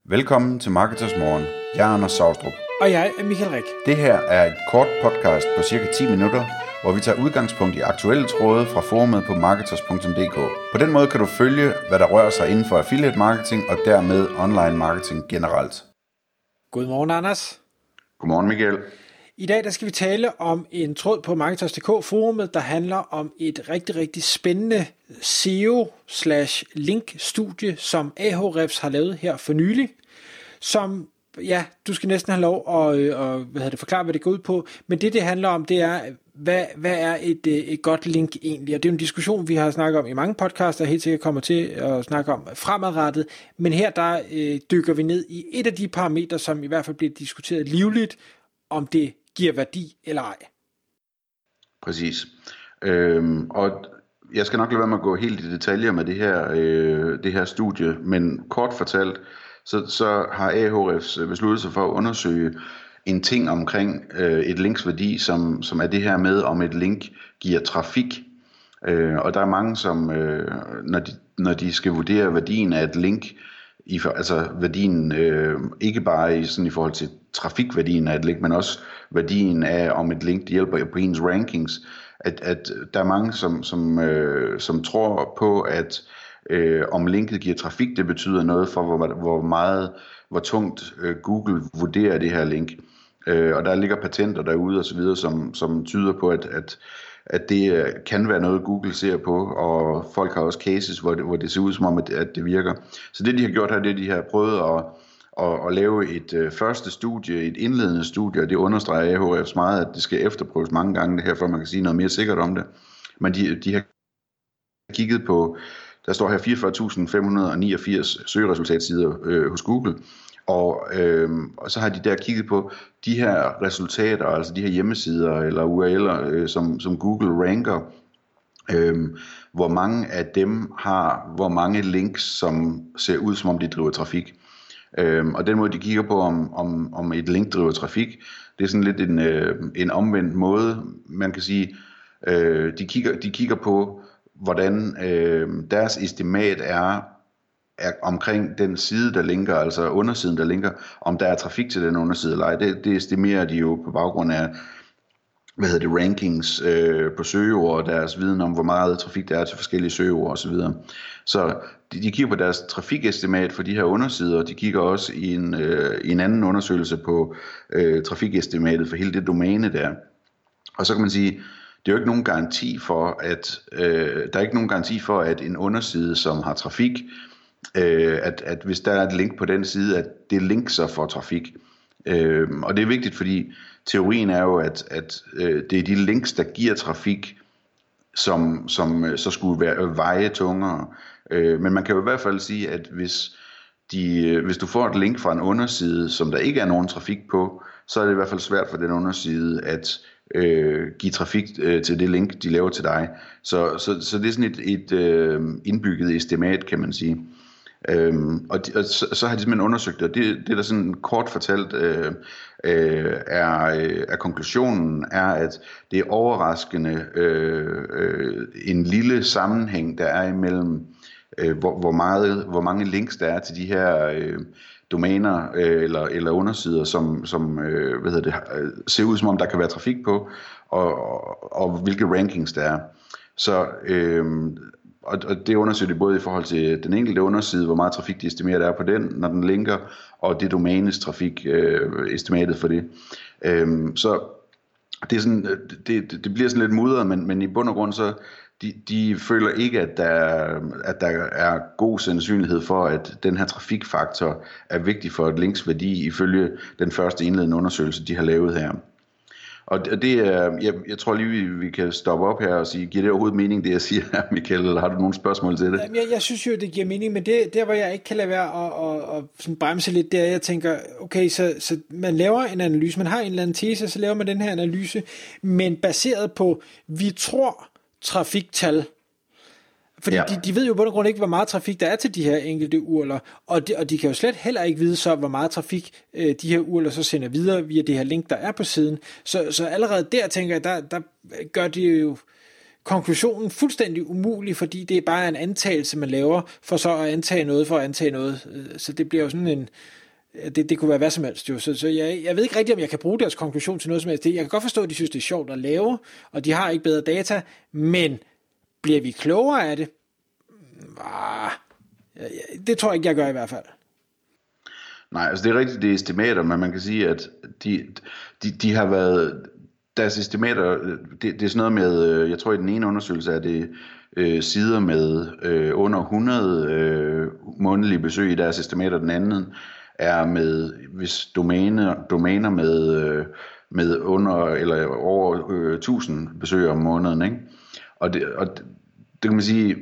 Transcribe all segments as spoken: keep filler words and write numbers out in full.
Velkommen til Marketers Morgen. Jeg er Anders Saustrup. Og jeg er Michael Rik. Det her er et kort podcast på cirka ti minutter, hvor vi tager udgangspunkt i aktuelle tråde fra forumet på marketers punktum d k. På den måde kan du følge, hvad der rører sig inden for affiliate marketing og dermed online marketing generelt. Godmorgen, Anders. Godmorgen, Michael. I dag der skal vi tale om en tråd på marketers punktum d k forumet, der handler om et rigtig, rigtig spændende S E O slash link studie, som Ahrefs har lavet her for nylig, som, ja, du skal næsten have lov at, at hvad hedder det, forklare, hvad det går ud på, men det, det handler om, det er, hvad, hvad er et, et godt link egentlig? Og det er en diskussion, vi har snakket om i mange podcasts, og helt sikkert kommer til at snakke om fremadrettet, men her der øh, dykker vi ned i et af de parametre, som i hvert fald bliver diskuteret livligt, om det giver værdi eller ej. Præcis. Øhm, og jeg skal nok lade være med at gå helt i detaljer med det her, øh, det her studie, men kort fortalt, så, så har Ahrefs besluttet sig for at undersøge en ting omkring øh, et links værdi, som, som er det her med, om et link giver trafik. Øh, og der er mange, som øh, når, de, når de skal vurdere værdien af et link, i, altså værdien øh, ikke bare i, sådan i forhold til trafikværdien af et link, men også værdien af, om et link hjælper på ens rankings, at, at der er mange, som, som, øh, som tror på, at øh, om linket giver trafik, det betyder noget for, hvor, hvor meget, hvor tungt øh, Google vurderer det her link. Øh, og der ligger patenter derude og så videre, som, som tyder på, at, at, at det kan være noget, Google ser på, og folk har også cases, hvor det, hvor det ser ud som om, at, at det virker. Så det, de har gjort her, det er, de har prøvet at Og, og lave et øh, første studie, et indledende studie, og det understreger Ahrefs meget, at det skal efterprøves mange gange det her, for man kan sige noget mere sikkert om det. Men de, de har kigget på, der står her fireogfyrre tusind fem hundrede niogfirs søgeresultatsider øh, hos Google, og, øh, og så har de der kigget på de her resultater, altså de her hjemmesider eller U R L'er, øh, som, som Google ranker, øh, hvor mange af dem har, hvor mange links, som ser ud som om de driver trafik. Øhm, og den måde de kigger på om, om, om et link driver trafik, det er sådan lidt en, øh, en omvendt måde. Man kan sige, øh, de, kigger, de kigger på hvordan øh, deres estimat er, er omkring den side der linker, altså undersiden der linker, om der er trafik til den underside eller ej. Det, det estimerer de jo på baggrund af hvad hedder det, rankings øh, på søgeord, og deres viden om, hvor meget trafik der er til forskellige søgeord osv. Så de, de kigger på deres trafikestimat for de her undersider, og de kigger også i en, øh, i en anden undersøgelse på øh, trafikestimatet for hele det domæne der. Og så kan man sige, det er jo ikke nogen garanti for, at øh, der er ikke nogen garanti for, at en underside, som har trafik, øh, at, at hvis der er et link på den side, at det link så får trafik. Øh, og det er vigtigt, fordi teorien er jo, at, at øh, det er de links, der giver trafik, som, som øh, så skulle være, veje tungere. Øh, men man kan jo i hvert fald sige, at hvis, de, øh, hvis du får et link fra en underside, som der ikke er nogen trafik på, så er det i hvert fald svært for den underside at øh, give trafik øh, til det link, de laver til dig. Så, så, så det er sådan et, et øh, indbygget estimat, kan man sige. Øhm, og, de, og så, så har de simpelthen undersøgt det, og det, det der sådan kort fortalt øh, øh, er, øh, er konklusionen er, at det er overraskende øh, øh, en lille sammenhæng, der er imellem øh, hvor, hvor, meget, hvor mange links der er til de her øh, domæner øh, eller, eller undersider, som, som øh, hvad hedder det, øh, ser ud som om der kan være trafik på, og, og, og hvilke rankings der er. Så øh, Og, og det undersøger det både i forhold til den enkelte underside, hvor meget trafik de estimerer der er på den, når den linker, og det domænes trafik øh, estimatet for det. Øhm, så det, er sådan, det, det bliver sådan lidt mudret, men, men i bund og grund så de, de føler ikke, at der, at der er god sandsynlighed for, at den her trafikfaktor er vigtig for et links værdi, ifølge den første indledende undersøgelse, de har lavet her. Og det er, jeg, jeg tror lige, vi, vi kan stoppe op her og sige, giver det overhovedet mening, det jeg siger her, Michael, eller har du nogle spørgsmål til det? Jamen, jeg, jeg synes jo, det giver mening, men det, der hvor jeg ikke kan lade være at, at, at sådan bremse lidt, det er, jeg tænker, okay, så, så man laver en analyse, man har en eller anden tese, så laver man den her analyse, men baseret på, vi tror trafiktal, fordi ja. de, de ved jo på den grund ikke, hvor meget trafik der er til de her enkelte urler, og de, og de kan jo slet heller ikke vide så, hvor meget trafik øh, de her urler så sender videre via det her link, der er på siden. Så, så allerede der, tænker jeg, der, der gør de jo konklusionen fuldstændig umulig, fordi det er bare en antagelse, man laver, for så at antage noget, for at antage noget. Så det bliver jo sådan en, det, det kunne være hvad som helst jo. Så, så jeg, jeg ved ikke rigtigt, om jeg kan bruge deres konklusion til noget som helst. Jeg kan godt forstå, at de synes, det er sjovt at lave, og de har ikke bedre data, men bliver vi klogere af det? Ah, det tror jeg ikke, jeg gør i hvert fald. Nej, altså det er rigtigt, det er estimater, men man kan sige, at de, de, de har været, deres estimater, det, det er sådan noget med, jeg tror i den ene undersøgelse er det øh, sider med øh, under hundrede øh, månedlige besøg i deres estimater, den anden er med, hvis domæner, domæner med, øh, med under eller over øh, tusind besøg om måneden, ikke? Og det, og det, det kan man sige,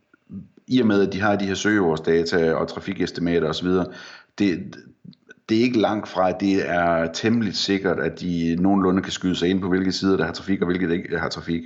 i og med at de har de her søgeårsdata og trafikestimater osv., det, det er ikke langt fra, at det er temmelig sikkert, at de nogenlunde kan skyde sig ind på, hvilke sider der har trafik, og hvilke der ikke har trafik.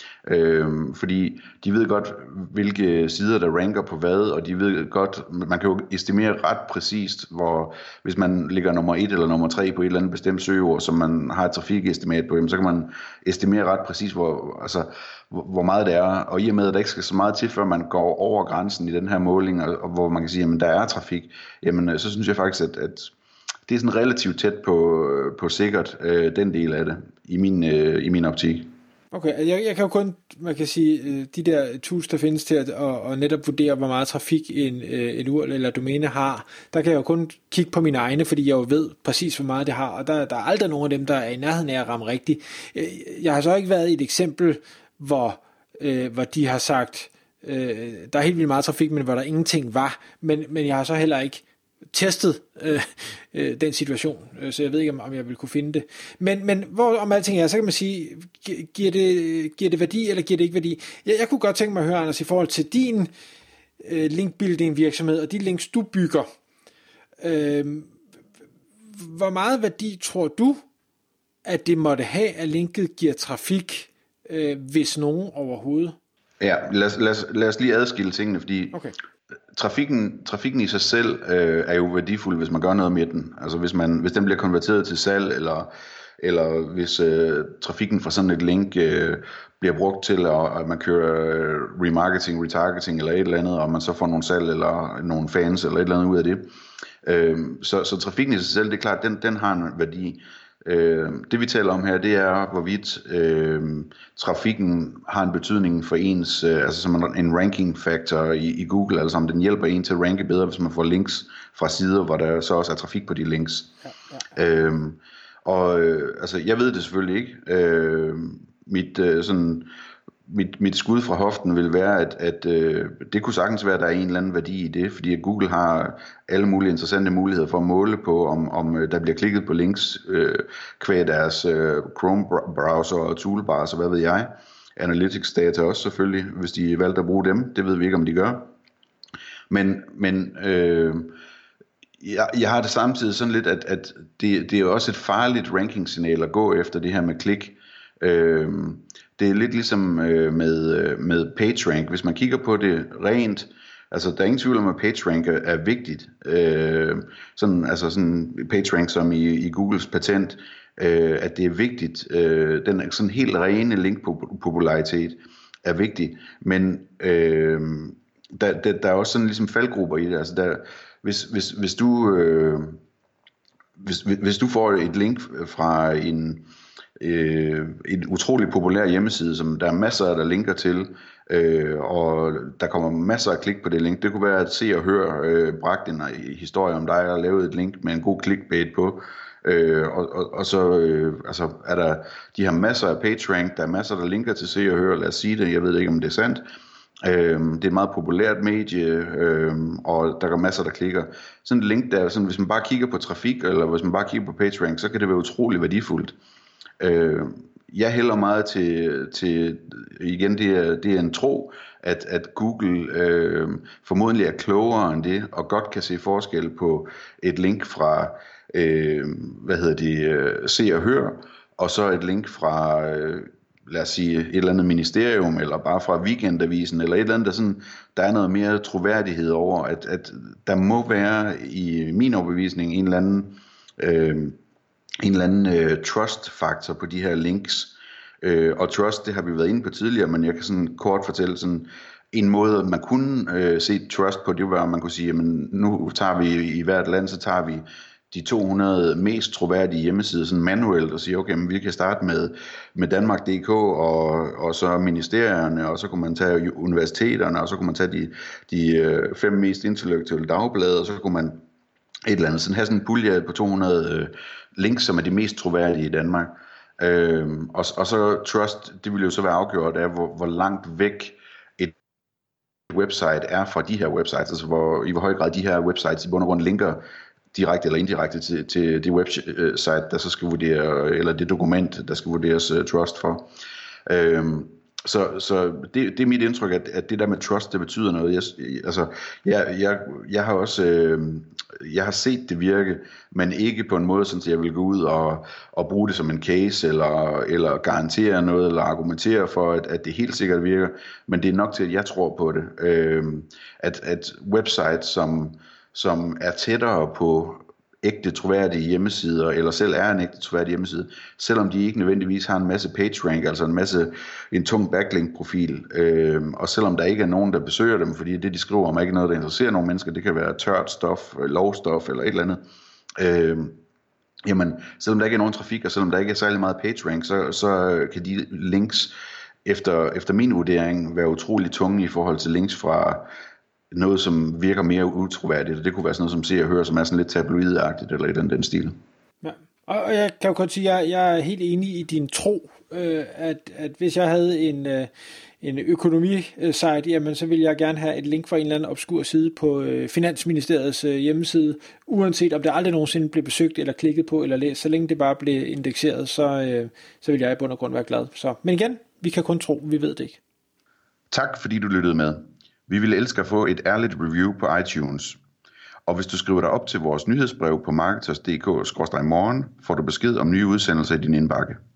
Øhm, fordi de ved godt, hvilke sider der ranker på hvad, og de ved godt, man kan jo estimere ret præcist, hvor hvis man ligger nummer et eller nummer tre på et eller andet bestemt søgeord, som man har et trafikestimat på, så kan man estimere ret præcis, hvor, altså, hvor meget det er, og i og med, at der ikke skal så meget til, før man går over grænsen i den her måling, og, og hvor man kan sige, at der er trafik, jamen så synes jeg faktisk, at, at det er sådan relativt tæt på, på sikkert, øh, den del af det, i min, øh, i min optik. Okay, jeg, jeg kan jo kun, man kan sige, de der tools, der findes til at og, og netop vurdere, hvor meget trafik en, en U R L eller domæne har, der kan jeg jo kun kigge på mine egne, fordi jeg jo ved præcis, hvor meget det har, og der, der er aldrig nogen af dem, der er i nærheden af at ramme rigtigt. Jeg har så ikke været i et eksempel, hvor, øh, hvor de har sagt, øh, der er helt vildt meget trafik, men hvor der ingenting var, men, men jeg har så heller ikke testet øh, øh, den situation, så jeg ved ikke, om, om jeg vil kunne finde det. Men, men hvor om alting er, så kan man sige, giver det, giver det værdi, eller giver det ikke værdi? Jeg, jeg kunne godt tænke mig at høre, Anders, i forhold til din øh, linkbuilding virksomhed, og de links, du bygger. Øh, hvor meget værdi tror du, at det måtte have, at linket giver trafik, øh, hvis nogen overhovedet? Ja, lad os, lad os, lad os lige adskille tingene, fordi okay. Trafikken, trafikken i sig selv øh, er jo værdifuld, hvis man gør noget med den. Altså hvis, man, hvis den bliver konverteret til salg, eller, eller hvis øh, trafikken fra sådan et link øh, bliver brugt til, at, at man kører øh, remarketing, retargeting eller et eller andet, og man så får nogle salg eller nogle fans eller et eller andet ud af det. Øh, så, så trafikken i sig selv, det er klart, den, den har en værdi. Øh, det vi taler om her, det er hvorvidt øh, trafikken har en betydning for ens, øh, altså som en ranking factor i, i Google, altså om den hjælper en til at ranke bedre, hvis man får links fra sider, hvor der så også er trafik på de links. Ja, ja. Øh, og øh, altså jeg ved det selvfølgelig ikke. Øh, mit øh, sådan Mit, mit skud fra hoften vil være, at, at øh, det kunne sagtens være, at der er en eller anden værdi i det, fordi at Google har alle mulige interessante muligheder for at måle på, om, om der bliver klikket på links øh, kvæg deres øh, Chrome-browser og toolbars og hvad ved jeg. Analytics data også selvfølgelig, hvis de valgte at bruge dem. Det ved vi ikke, om de gør. Men, men øh, jeg, jeg har det samtidig sådan lidt, at, at det, det er også et farligt ranking-signal at gå efter det her med klik. Øh, Det er lidt ligesom øh, med, øh, med PageRank. Hvis man kigger på det rent, altså der er ingen tvivl om, at PageRank er, er vigtigt. Øh, sådan, altså sådan PageRank som i, i Googles patent, øh, at det er vigtigt. Øh, den sådan helt rene linkpopularitet er vigtig. Men øh, der, der, der er også sådan ligesom faldgrupper i det. Altså der, hvis, hvis, hvis, du, øh, hvis, hvis du får et link fra en Øh, en utrolig populær hjemmeside, som der er masser af der linker til, øh, og der kommer masser af klik på det link. Det kunne være at Se og Hør øh, bragt en historie om dig og lavet et link med en god clickbait på, øh, og, og, og så øh, altså er der de har masser af PageRank, der er masser der linker til Se og Hør, lad os sige det, jeg ved ikke om det er sandt. Øh, det er et meget populært medie, øh, og der er masser der klikker. Sådan et link der, sådan, hvis man bare kigger på trafik, eller hvis man bare kigger på PageRank, så kan det være utrolig værdifuldt. Øh, jeg hælder meget til, til igen det er, det er en tro, at, at Google øh, formodentlig er klogere end det, og godt kan se forskel på et link fra øh, hvad hedder det, øh, Se og Hør, og så et link fra øh, lad os sige et eller andet ministerium, eller bare fra Weekendavisen, eller et eller andet, der, sådan, der er noget mere troværdighed over, at, at der må være i min overbevisning en eller anden øh, en eller anden øh, trust-faktor på de her links, Øh, og trust, det har vi været inde på tidligere, men jeg kan sådan kort fortælle sådan, en måde, man kunne øh, se trust på, det var, at man kunne sige, jamen nu tager vi i hvert land, så tager vi de to hundrede mest troværdige hjemmesider sådan manuelt og siger, okay, men vi kan starte med, med Danmark punktum d k og, og så ministerierne, og så kunne man tage universiteterne, og så kunne man tage de, de øh, fem mest intellektuelle dagblade, og så kunne man et eller andet, sådan have sådan en pulje på to hundrede øh, links, som er de mest troværdige i Danmark. Øh, og, og så trust, det vil jo så være afgjort af, hvor, hvor langt væk et website er fra de her websites, altså hvor, i hvor høj grad de her websites i bund og grund linker direkte eller indirekte til, til det website, der så skal vurdere, eller det dokument, der skal vurderes uh, trust for. Øhm, så så det, det er mit indtryk, at, at det der med trust, det betyder noget. Jeg, altså, jeg, jeg, jeg har også øh, jeg har set det virke, men ikke på en måde, sådan at jeg vil gå ud og, og bruge det som en case, eller, eller garantere noget, eller argumentere for, at, at det helt sikkert virker. Men det er nok til, at jeg tror på det. Øh, at, at websites, som som er tættere på ægte troværdige hjemmesider, eller selv er en ægte troværdig hjemmeside, selvom de ikke nødvendigvis har en masse PageRank, altså en masse, en tung backlink-profil, øh, og selvom der ikke er nogen, der besøger dem, fordi det, de skriver om, er ikke noget, der interesserer nogle mennesker, det kan være tørt stof, lovstof, eller et eller andet, øh, jamen, selvom der ikke er nogen trafik, og selvom der ikke er særlig meget PageRank, så, så kan de links, efter, efter min vurdering, være utrolig tunge i forhold til links fra noget, som virker mere utroværdigt. Det kunne være sådan noget, som ser og hører, som er sådan lidt tabloidagtigt, eller i den, den stil. Ja. Og jeg kan jo godt sige, at jeg, jeg er helt enig i din tro, øh, at, at hvis jeg havde en, øh, en økonomisite, jamen så ville jeg gerne have et link fra en eller anden obskur side på øh, Finansministeriets øh, hjemmeside, uanset om det aldrig nogensinde blev besøgt, eller klikket på, eller læst. Så længe det bare blev indekseret, så, øh, så vil jeg i bund og grund være glad. Så, men igen, vi kan kun tro, vi ved det ikke. Tak fordi du lyttede med. Vi ville elske at få et ærligt review på iTunes. Og hvis du skriver dig op til vores nyhedsbrev på marketers punktum d k skråstreg morgen, får du besked om nye udsendelser i din indbakke.